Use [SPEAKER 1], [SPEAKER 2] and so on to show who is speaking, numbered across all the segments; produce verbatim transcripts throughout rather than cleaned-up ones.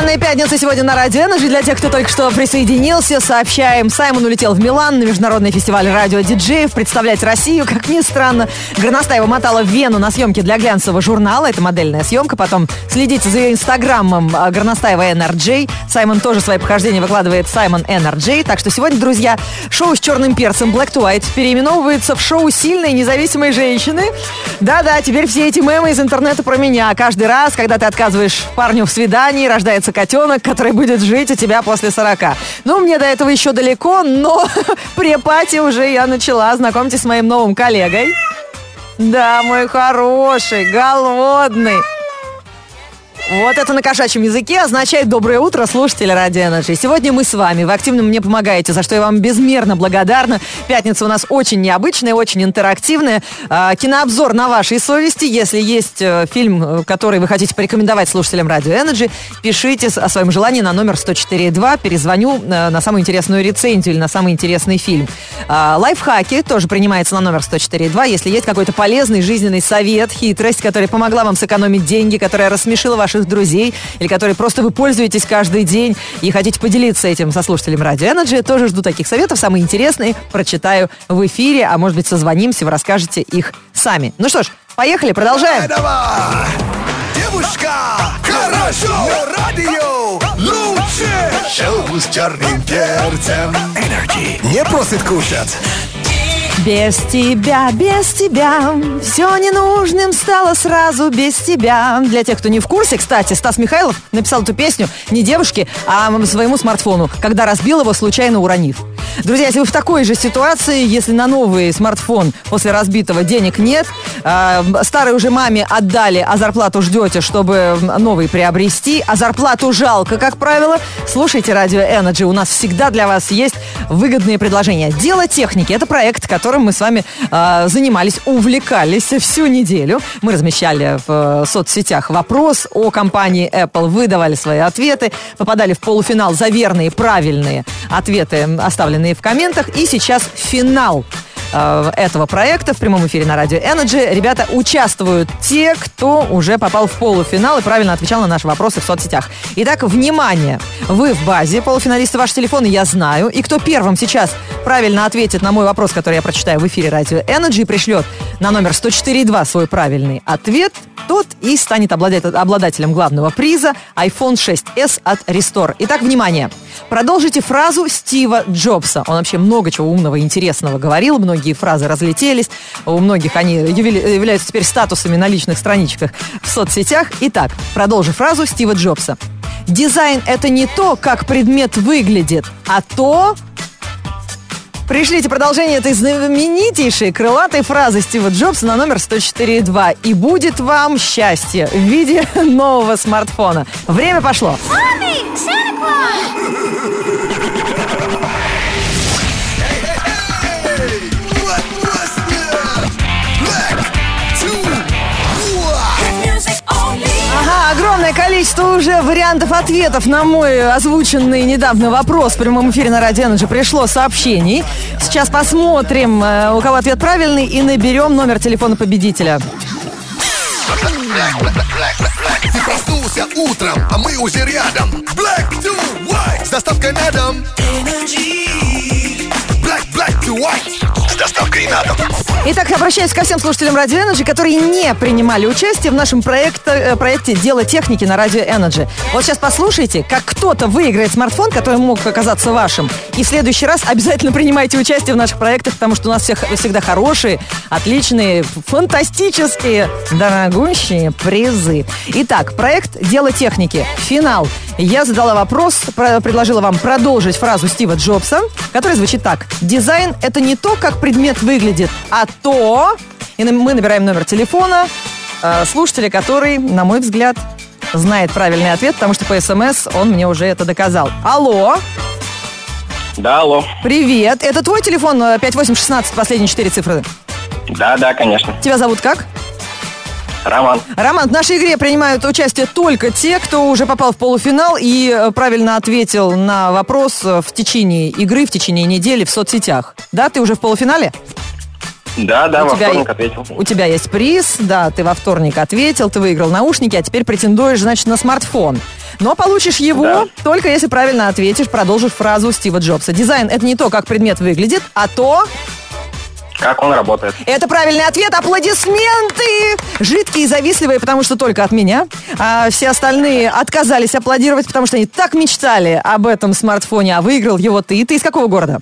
[SPEAKER 1] Долгожданная пятница сегодня на Радио Energy. Для тех, кто только что присоединился, сообщаем. Саймон улетел в Милан на международный фестиваль радиодиджеев представлять Россию. Как ни странно, Горностаева мотала в Вену на съемки для глянцевого журнала. Это модельная съемка. Потом следите за ее инстаграмом Горностаева эн ар джей. Саймон тоже свои похождения выкладывает Саймон эн ар джей. Так что сегодня, друзья, шоу с черным перцем Black to White переименовывается в шоу сильной независимой женщины. Да-да, теперь все эти мемы из интернета про меня. Каждый раз, когда ты отказываешь парню в свидании, рождается котенок, который будет жить у тебя после сорока. Ну, мне до этого еще далеко, но пре-пати уже я начала. Знакомьтесь с моим новым коллегой. Да, мой хороший, голодный. Вот это на кошачьем языке означает «Доброе утро, слушатели Радио Energy». Сегодня мы с вами. Вы активно мне помогаете, за что я вам безмерно благодарна. Пятница у нас очень необычная, очень интерактивная. Кинообзор на вашей совести. Если есть фильм, который вы хотите порекомендовать слушателям Радио Energy, пишите о своем желании на номер сто четыре два. Перезвоню на самую интересную рецензию или на самый интересный фильм. Лайфхаки тоже принимается на номер сто четыре два. Если есть какой-то полезный жизненный совет, хитрость, которая помогла вам сэкономить деньги, которая рассмешила ваших друзей, или которые просто вы пользуетесь каждый день и хотите поделиться этим со слушателем Радио Energy, тоже жду таких советов. Самые интересные прочитаю в эфире, а может быть созвонимся, вы расскажете их сами. Ну что ж, поехали, продолжаем.
[SPEAKER 2] Давай, девушка, хорошо, радио лучше. Шоу с черным перцем. Energy не просит кушать.
[SPEAKER 1] Без тебя, без тебя, все ненужным стало сразу без тебя. Для тех, кто не в курсе, кстати, Стас Михайлов написал эту песню не девушке, а своему смартфону, когда разбил его, случайно уронив. Друзья, если вы в такой же ситуации, если на новый смартфон после разбитого денег нет, э, старой уже маме отдали, а зарплату ждете, чтобы новый приобрести, а зарплату жалко, как правило, слушайте Радио Energy. У нас всегда для вас есть выгодные предложения. Дело техники – это проект, которым мы с вами э, занимались, увлекались всю неделю. Мы размещали в э, соцсетях вопрос о компании Apple, вы давали свои ответы, попадали в полуфинал за верные, правильные ответы, оставленные в комментах. И сейчас финал э, этого проекта в прямом эфире на Радио Energy. Ребята, участвуют те, кто уже попал в полуфинал и правильно отвечал на наши вопросы в соцсетях. Итак, внимание! Вы в базе, полуфиналисты, ваши телефоны я знаю. И кто первым сейчас правильно ответит на мой вопрос, который я прочитаю в эфире Радио Energy, и пришлет на номер сто четыре два свой правильный ответ, тот и станет обладателем главного приза айфон шесть эс от Restore. Итак, внимание! Продолжите фразу Стива Джобса. Он вообще много чего умного и интересного говорил. Многие фразы разлетелись. У многих они являются теперь статусами на личных страничках в соцсетях. Итак, продолжи фразу Стива Джобса. Дизайн – это не то, как предмет выглядит, а то... Пришлите продолжение этой знаменитейшей крылатой фразы Стива Джобса на номер сто четыре два. И будет вам счастье в виде нового смартфона. Время пошло.
[SPEAKER 3] Mommy, Santa Claus!
[SPEAKER 1] Ага, огромное количество уже вариантов ответов на мой озвученный недавно вопрос в прямом эфире на Радио Energy пришло сообщений. Сейчас посмотрим, у кого ответ правильный, и наберем номер телефона победителя.
[SPEAKER 2] Ты проснулся утром, а мы уже рядом. Black to white с доставкой на дом. Black, black to white с доставкой на дом.
[SPEAKER 1] Итак, я обращаюсь ко всем слушателям Радио Energy, которые не принимали участие в нашем проекте, проекте «Дело техники» на Радио Energy. Вот сейчас послушайте, как кто-то выиграет смартфон, который мог оказаться вашим. И в следующий раз обязательно принимайте участие в наших проектах, потому что у нас всех, всегда хорошие, отличные, фантастические, дорогущие призы. Итак, проект «Дело техники». Финал. Я задала вопрос, предложила вам продолжить фразу Стива Джобса, которая звучит так. Дизайн – это не то, как предмет выглядит, а то... И мы набираем номер телефона э, слушателя, который, на мой взгляд, знает правильный ответ, потому что по СМС он мне уже это доказал. Алло.
[SPEAKER 4] Да, алло.
[SPEAKER 1] Привет. Это твой телефон пять восемь шестнадцать, последние четыре цифры?
[SPEAKER 4] Да, да, конечно.
[SPEAKER 1] Тебя зовут как?
[SPEAKER 4] Роман.
[SPEAKER 1] Роман, в нашей игре принимают участие только те, кто уже попал в полуфинал и правильно ответил на вопрос в течение игры, в течение недели в соцсетях. Да, ты уже в полуфинале?
[SPEAKER 4] Да, да,
[SPEAKER 1] у
[SPEAKER 4] во
[SPEAKER 1] тебя,
[SPEAKER 4] вторник ответил.
[SPEAKER 1] У тебя есть приз, да, ты во вторник ответил, ты выиграл наушники, а теперь претендуешь, значит, на смартфон. Но получишь его
[SPEAKER 4] Да.
[SPEAKER 1] только если правильно ответишь, продолжишь фразу Стива Джобса. Дизайн — это не то, как предмет выглядит, а то...
[SPEAKER 4] Как он работает?
[SPEAKER 1] Это правильный ответ. Аплодисменты! Жидкие и завистливые, потому что только от меня. А все остальные отказались аплодировать, потому что они так мечтали об этом смартфоне, а выиграл его ты. Ты из какого города?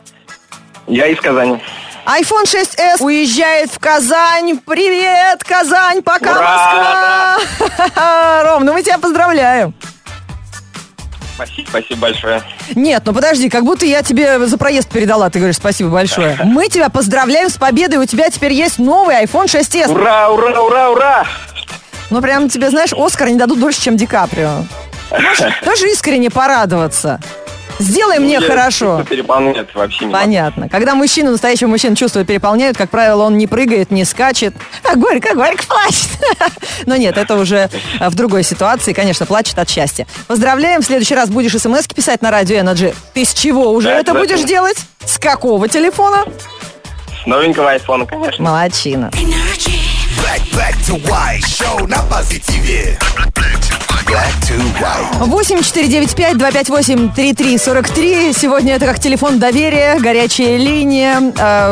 [SPEAKER 4] Я из Казани.
[SPEAKER 1] айфон шесть эс уезжает в Казань. Привет, Казань! Пока,
[SPEAKER 4] Ура!
[SPEAKER 1] Москва! Ром, ну мы тебя поздравляем.
[SPEAKER 4] Спасибо, спасибо большое.
[SPEAKER 1] Нет, ну подожди, как будто я тебе за проезд передала. Ты говоришь, спасибо большое. Мы тебя поздравляем с победой. У тебя теперь есть новый айфон шесть эс.
[SPEAKER 4] Ура, ура, ура, ура!
[SPEAKER 1] Ну прям тебе, знаешь, Оскар не дадут больше, чем Ди Каприо. Можешь тоже искренне порадоваться. Сделай мне
[SPEAKER 4] Я
[SPEAKER 1] хорошо.
[SPEAKER 4] чувство переполняет вообще не
[SPEAKER 1] Понятно. Когда мужчину, настоящего мужчину чувства переполняют, как правило, он не прыгает, не скачет. А горько, горько плачет. Но нет, это уже в другой ситуации. Конечно, плачет от счастья. Поздравляем. В следующий раз будешь смс-ки писать на радио Energy. Ты с чего уже
[SPEAKER 4] Да,
[SPEAKER 1] это
[SPEAKER 4] обязательно.
[SPEAKER 1] будешь делать? С какого телефона?
[SPEAKER 4] С новенького айфона, конечно.
[SPEAKER 1] Молодчина.
[SPEAKER 2] Black, black to white. Show на позитиве. Black to white.
[SPEAKER 1] восемь четыре девять пять два пять восемь три три сорок три. Сегодня это как телефон доверия, горячая линия. э,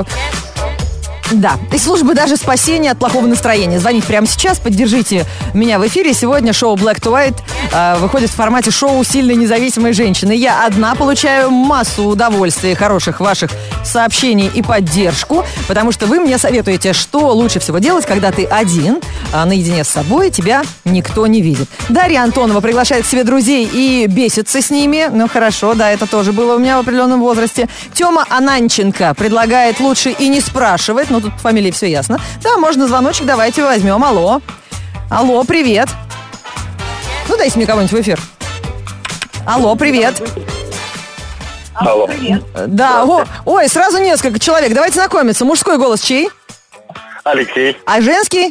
[SPEAKER 1] Да, и службы даже спасения от плохого настроения. Звоните прямо сейчас, поддержите меня в эфире. Сегодня шоу Black to White э, выходит в формате шоу сильной независимой женщины. Я одна получаю массу удовольствия, хороших ваших сообщений и поддержку, потому что вы мне советуете, что лучше всего делать, когда ты один, а наедине с собой, тебя никто не видит. Дарья Антонова приглашает к себе друзей и бесится с ними. Ну хорошо, да, это тоже было у меня в определенном возрасте. Тёма Ананченко предлагает лучше и не спрашивать. Ну, тут по фамилии все ясно. Да, можно звоночек, давайте возьмем. Алло. Алло, привет. Ну, дайте мне кого-нибудь в эфир. Алло, привет.
[SPEAKER 4] Алло.
[SPEAKER 1] Да, о, ой, сразу несколько человек. Давайте знакомиться. Мужской голос чей?
[SPEAKER 4] Алексей.
[SPEAKER 1] А женский?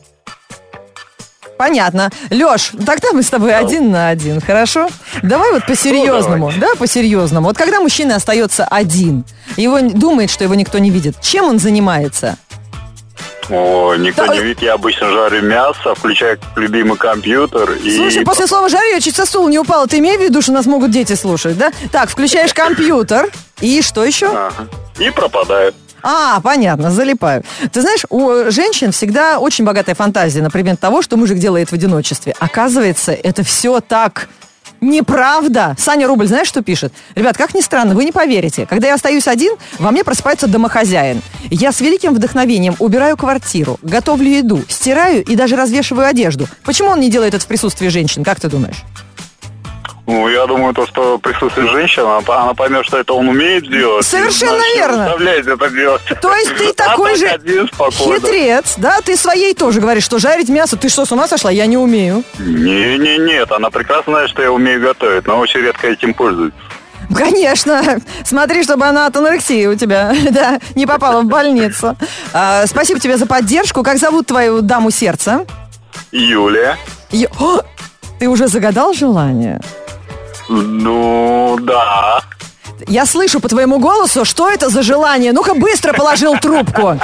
[SPEAKER 1] Понятно. Лёш, тогда мы с тобой один на один, хорошо? Давай вот по-серьезному,
[SPEAKER 4] Ну,
[SPEAKER 1] да, по-серьезному. Вот когда мужчина остается один, его думает, что его никто не видит, чем он занимается?
[SPEAKER 5] О, никто
[SPEAKER 1] Да.
[SPEAKER 5] не видит, я обычно жарю мясо, включаю любимый компьютер и...
[SPEAKER 1] Слушай, после слова «жарю» я чуть со стула не упала. Ты имей в виду, что нас могут дети слушать, да? Так, включаешь компьютер. И что еще?
[SPEAKER 5] Ага. И пропадаю.
[SPEAKER 1] А, понятно, залипаю. Ты знаешь, у женщин всегда очень богатая фантазия на предмет того, что мужик делает в одиночестве. Оказывается, это все так неправда. Саня Рубль, знаешь, что пишет? Ребят, как ни странно, вы не поверите. Когда я остаюсь один, во мне просыпается домохозяин. Я с великим вдохновением убираю квартиру, готовлю еду, стираю и даже развешиваю одежду. Почему он не делает это в присутствии женщин, как ты думаешь?
[SPEAKER 5] Ну, я думаю, то, что присутствие женщины, она, она поймет, что это он умеет делать.
[SPEAKER 1] Совершенно
[SPEAKER 5] и начнет
[SPEAKER 1] верно.
[SPEAKER 5] заставлять это делать.
[SPEAKER 1] То есть ты
[SPEAKER 5] А
[SPEAKER 1] такой
[SPEAKER 5] так
[SPEAKER 1] же
[SPEAKER 5] один спокойно.
[SPEAKER 1] хитрец, да? Ты своей тоже говоришь, что жарить мясо, ты что, с ума сошла? Я не умею.
[SPEAKER 5] Не-не, нет, она прекрасно знает, что я умею готовить, но очень редко этим пользуется.
[SPEAKER 1] Конечно. Смотри, чтобы она от анорексии у тебя да, не попала в больницу. А, спасибо тебе за поддержку. Как зовут твою даму сердца?
[SPEAKER 5] Юлия.
[SPEAKER 1] Ё- О, ты уже загадал желание?
[SPEAKER 5] Ну, да.
[SPEAKER 1] Я слышу по твоему голосу, что это за желание. Ну-ка, быстро положил трубку.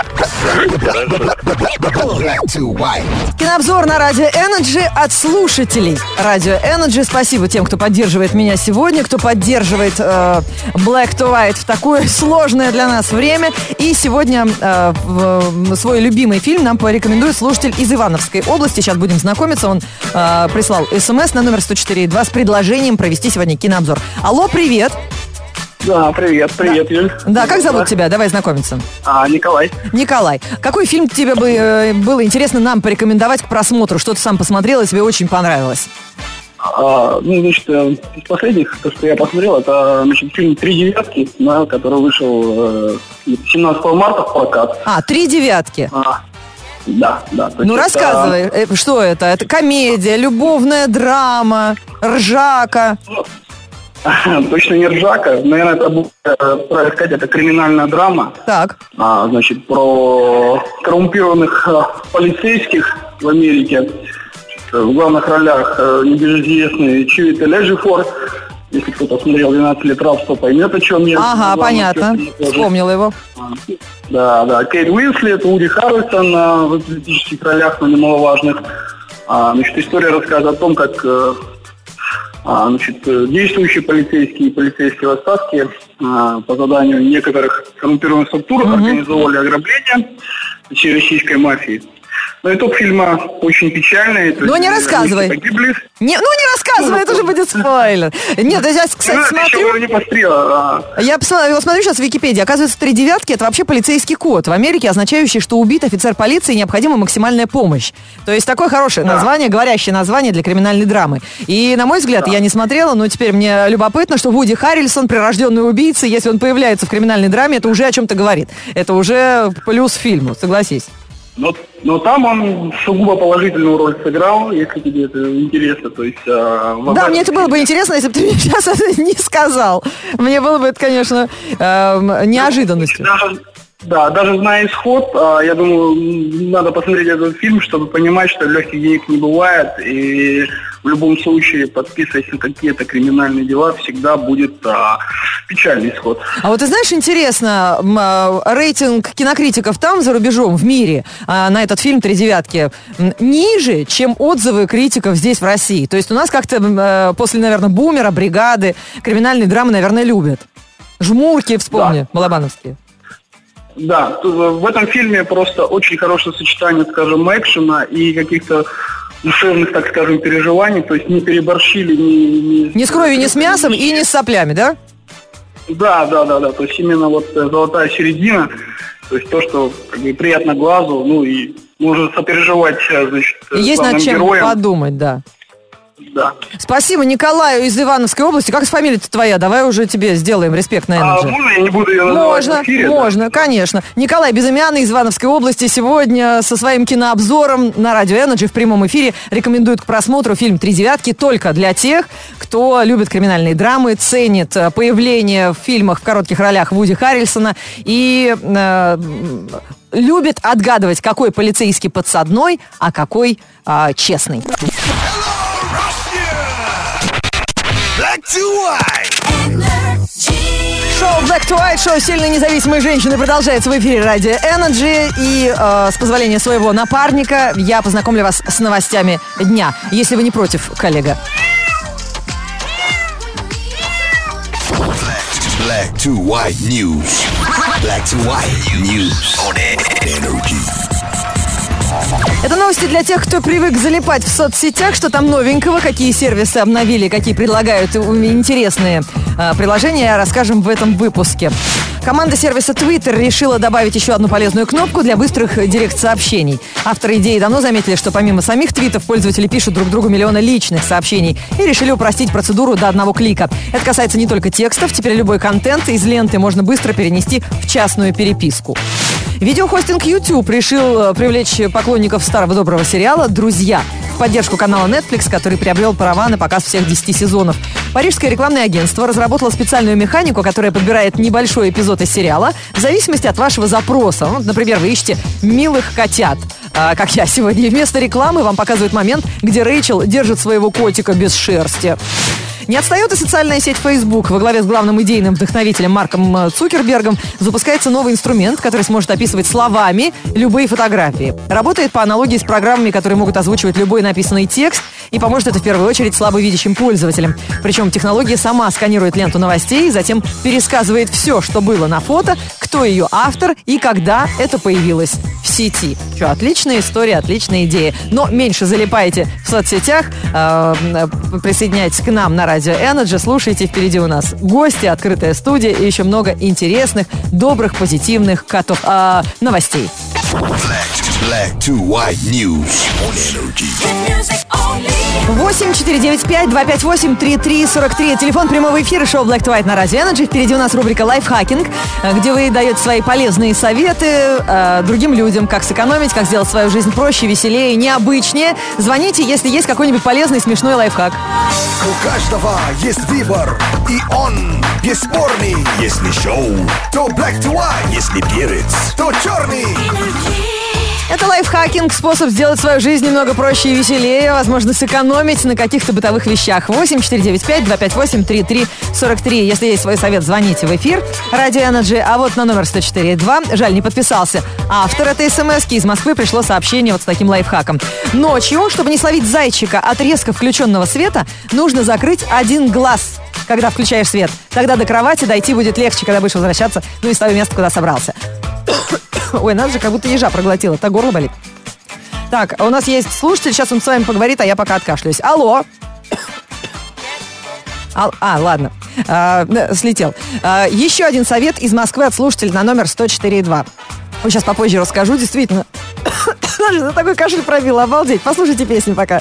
[SPEAKER 2] Black to white.
[SPEAKER 1] Кинообзор на Радио Energy от слушателей Радио Energy. Спасибо тем, кто поддерживает меня сегодня, кто поддерживает э, Black to White в такое сложное для нас время. И сегодня э, в, свой любимый фильм нам порекомендует слушатель из Ивановской области. Сейчас будем знакомиться. Он э, прислал смс на номер сто четыре два с предложением провести сегодня кинообзор. Алло, привет.
[SPEAKER 6] Да, привет, привет, Юль.
[SPEAKER 1] Да, как зовут тебя? Давай знакомиться.
[SPEAKER 6] А, Николай.
[SPEAKER 1] Николай, какой фильм тебе бы э, было интересно нам порекомендовать к просмотру? Что ты сам посмотрел и тебе очень понравилось?
[SPEAKER 6] А, ну, значит, э, из последних, то, что я посмотрел, это, значит, фильм «Три девятки», да, который вышел э, семнадцатого марта в прокат.
[SPEAKER 1] А, «Три девятки».
[SPEAKER 6] А, да, да. то
[SPEAKER 1] Ну,
[SPEAKER 6] есть это,
[SPEAKER 1] рассказывай, э, что это? Это комедия, любовная драма, ржака.
[SPEAKER 6] Точно не ржака, наверное, это будет, э, правильно сказать, это криминальная драма.
[SPEAKER 1] Так.
[SPEAKER 6] А, значит, про коррумпированных э, полицейских в Америке. В главных ролях э, небезызвестный Чивит Элежифор. Если кто-то смотрел «двенадцать лет рабства», поймет, о чем я.
[SPEAKER 1] Ага,
[SPEAKER 6] Главное,
[SPEAKER 1] понятно.
[SPEAKER 6] тоже.
[SPEAKER 1] Вспомнила его.
[SPEAKER 6] Да, да. Кейт Уинслет, Уди Харрельсон э, в эпизодических ролях, но немаловажных. А, значит, история рассказывает о том, как э, А, значит, действующие полицейские и полицейские в отставке а, по заданию некоторых коррумпированных структур mm-hmm. организовали ограбление всей российской мафии. Но итог фильма очень печальный.
[SPEAKER 1] Ну, не рассказывай.
[SPEAKER 6] Погибли.
[SPEAKER 1] Не, ну, не рассказывай, ну, это же будет спойлер. Нет, я сейчас, кстати,
[SPEAKER 6] ну,
[SPEAKER 1] смотрю...
[SPEAKER 6] Не посмотрела, а...
[SPEAKER 1] Я посмотрю, смотрю сейчас в Википедии. Оказывается, три девятки – это вообще полицейский код в Америке, означающий, что убит офицер полиции, необходима максимальная помощь. То есть такое хорошее да. название, говорящее название для криминальной драмы. И, на мой взгляд, да. я не смотрела, но теперь мне любопытно, что Вуди Харрельсон, прирожденный убийца, если он появляется в криминальной драме, это уже о чем-то говорит. Это уже плюс фильму, согласись.
[SPEAKER 6] Но, но там он сугубо положительную роль сыграл, если тебе это интересно. То есть, а,
[SPEAKER 1] да, мне это было бы интересно, если бы ты мне сейчас это не сказал. Мне было бы это, конечно, э, неожиданностью.
[SPEAKER 6] Даже, да, даже зная исход, э, я думаю, надо посмотреть этот фильм, чтобы понимать, что легких денег не бывает. И в любом случае, подписываясь на какие-то криминальные дела, всегда будет а, печальный исход.
[SPEAKER 1] А вот ты знаешь, интересно, рейтинг кинокритиков там, за рубежом, в мире, на этот фильм «Три девятки» ниже, чем отзывы критиков здесь, в России. То есть у нас как-то после, наверное, «Бумера», «Бригады» криминальные драмы, наверное, любят. «Жмурки», вспомни, да. балабановские.
[SPEAKER 6] Да, в этом фильме просто очень хорошее сочетание, скажем, экшена и каких-то душевных, так скажем, переживаний, то есть не переборщили ни... Ни,
[SPEAKER 1] ни с кровью, ни с мясом и ни с соплями, да?
[SPEAKER 6] Да, да, да, да, то есть именно вот золотая середина, то есть то, что как бы приятно глазу, ну и можно сопереживать, значит,
[SPEAKER 1] есть над чем
[SPEAKER 6] героям.
[SPEAKER 1] Подумать, да.
[SPEAKER 6] Да.
[SPEAKER 1] Спасибо Николаю из Ивановской области. Как фамилия-то твоя? Давай уже тебе сделаем респект на Energy.
[SPEAKER 6] А можно я не буду ее называть
[SPEAKER 1] можно,
[SPEAKER 6] в эфире?
[SPEAKER 1] Можно, да? Конечно. Николай Безымянный из Ивановской области сегодня со своим кинообзором на радио Energy в прямом эфире рекомендует к просмотру фильм «Три девятки» только для тех, кто любит криминальные драмы, ценит появление в фильмах в коротких ролях Вуди Харрельсона и э, любит отгадывать, какой полицейский подсадной, а какой э, честный.
[SPEAKER 2] Black to White.
[SPEAKER 1] Шоу Black to White, шоу сильной независимой женщины продолжается в эфире радио Energy. И э, с позволения своего напарника я познакомлю вас с новостями дня. Если вы не против, коллега.
[SPEAKER 2] Black to White News. Black to White News on Energy.
[SPEAKER 1] Это новости для тех, кто привык залипать в соцсетях, что там новенького, какие сервисы обновили, какие предлагают интересные э, приложения, расскажем в этом выпуске. Команда сервиса Twitter решила добавить еще одну полезную кнопку для быстрых директ-сообщений. Авторы идеи давно заметили, что помимо самих твитов пользователи пишут друг другу миллионы личных сообщений и решили упростить процедуру до одного клика. Это касается не только текстов, теперь любой контент из ленты можно быстро перенести в частную переписку. Видеохостинг YouTube решил привлечь поклонников старого доброго сериала «Друзья» в поддержку канала Netflix, который приобрел права на показ всех десяти сезонов. Парижское рекламное агентство разработало специальную механику, которая подбирает небольшой эпизод из сериала в зависимости от вашего запроса. Ну, например, вы ищете «милых котят», а, как я сегодня. И вместо рекламы вам показывают момент, где Рэйчел держит своего котика без шерсти. Не отстает и социальная сеть Facebook. Во главе с главным идейным вдохновителем Марком Цукербергом запускается новый инструмент, который сможет описывать словами любые фотографии. Работает по аналогии с программами, которые могут озвучивать любой написанный текст, и поможет это в первую очередь слабовидящим пользователям. Причем технология сама сканирует ленту новостей, затем пересказывает все, что было на фото, кто ее автор и когда это появилось в сети. Что, отличная история, отличная идея. Но меньше залипайте в соцсетях, э, присоединяйтесь к нам на радио Energy, слушайте, впереди у нас гости, открытая студия и еще много интересных, добрых, позитивных котов, э, новостей.
[SPEAKER 2] Black to White News on Energy.
[SPEAKER 1] восемь четыре девять пять два пять восемь три три сорок три. Телефон прямого эфира шоу Black to White на радио Energy. Впереди у нас рубрика «Лайфхакинг», где вы даете свои полезные советы э, другим людям, как сэкономить, как сделать свою жизнь проще, веселее, необычнее. Звоните, если есть какой-нибудь полезный, смешной лайфхак.
[SPEAKER 2] У каждого есть выбор, и он бесспорный. Если шоу, то Black to White. Если перец, то черный.
[SPEAKER 1] Это лайфхакинг, способ сделать свою жизнь немного проще и веселее, возможно, сэкономить на каких-то бытовых вещах. восемь четыре девять пять два пять восемь три три сорок три. Если есть свой совет, звоните в эфир Радио Energy. А вот на номер сто четыре два, жаль, не подписался автор этой смс-ки, из Москвы пришло сообщение вот с таким лайфхаком. Ночью, чтобы не словить зайчика от резко включенного света, нужно закрыть один глаз, когда включаешь свет. Тогда до кровати дойти будет легче, когда будешь возвращаться, ну и с того места, куда собрался. Ой, надо же, как будто ежа проглотила. Так горло болит. Так, у нас есть слушатель, сейчас он с вами поговорит, а я пока откашляюсь. Алло. А, а ладно, а, слетел. А, еще один совет из Москвы от слушателя на номер сто четыре два. Вот сейчас попозже расскажу, действительно. Такой кашель пробил, обалдеть. Послушайте песню пока.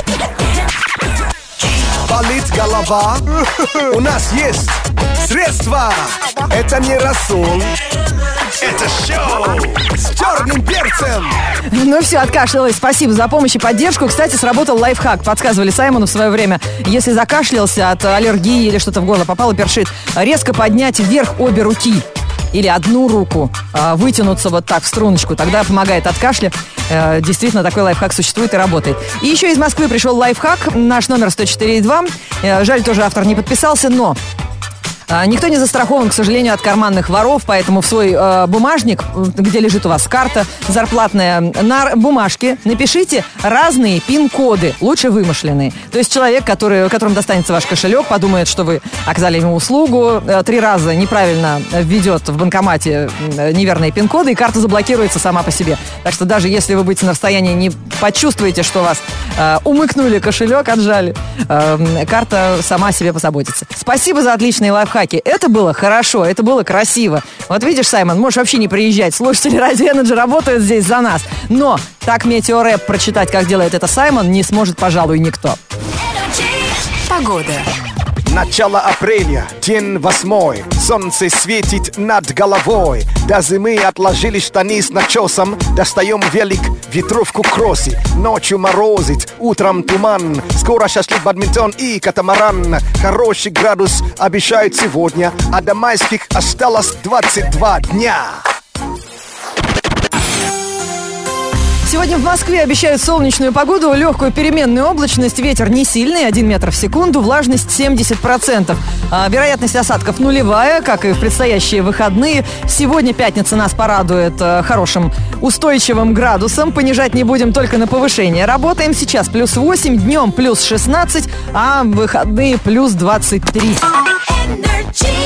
[SPEAKER 2] Болит голова? У нас есть средства. Это не рассол. Это шоу с черным перцем.
[SPEAKER 1] Ну все, откашлялась. Спасибо за помощь и поддержку. Кстати, сработал лайфхак. Подсказывали Саймону в свое время. Если закашлялся от аллергии или что-то в горло попало, першит, резко поднять вверх обе руки. Или одну руку, вытянуться вот так в струночку. Тогда помогает от кашля. Действительно, такой лайфхак существует и работает. И еще из Москвы пришел лайфхак. Наш номер сто четыре два. Жаль, тоже автор не подписался, но... Никто не застрахован, к сожалению, от карманных воров, поэтому в свой э, бумажник, где лежит у вас карта зарплатная, на бумажке напишите разные пин-коды, лучше вымышленные. То есть человек, который, которому достанется ваш кошелек, подумает, что вы оказали ему услугу, э, три раза неправильно введет в банкомате э, неверные пин-коды, и карта заблокируется сама по себе. Так что даже если вы будете на расстоянии, не почувствуете, что вас э, умыкнули кошелек, отжали, э, карта сама о себе позаботится. Спасибо за отличный лайфхак. Это было хорошо, это было красиво. Вот видишь, Саймон, можешь вообще не приезжать. Слушатели Радио Energy работают здесь за нас. Но так метеорэп прочитать, как делает это Саймон, не сможет, пожалуй, никто.
[SPEAKER 7] Погода.
[SPEAKER 2] Начало апреля, день восьмой. Солнце светит над головой. До зимы отложили штаны с начесом. Достаем велик, ветровку кросси. Ночью морозит, утром туман. Скоро шашлык, бадминтон и катамаран. Хороший градус обещают сегодня, а до майских осталось двадцать два дня.
[SPEAKER 1] Сегодня в Москве обещают солнечную погоду, легкую переменную облачность, ветер не сильный, один метр в секунду, влажность семьдесят процентов. А вероятность осадков нулевая, как и в предстоящие выходные. Сегодня пятница нас порадует а, хорошим устойчивым градусом. Понижать не будем, только на повышение. Работаем сейчас плюс восемь, днем плюс шестнадцать, а в выходные плюс двадцать три.
[SPEAKER 3] Energy.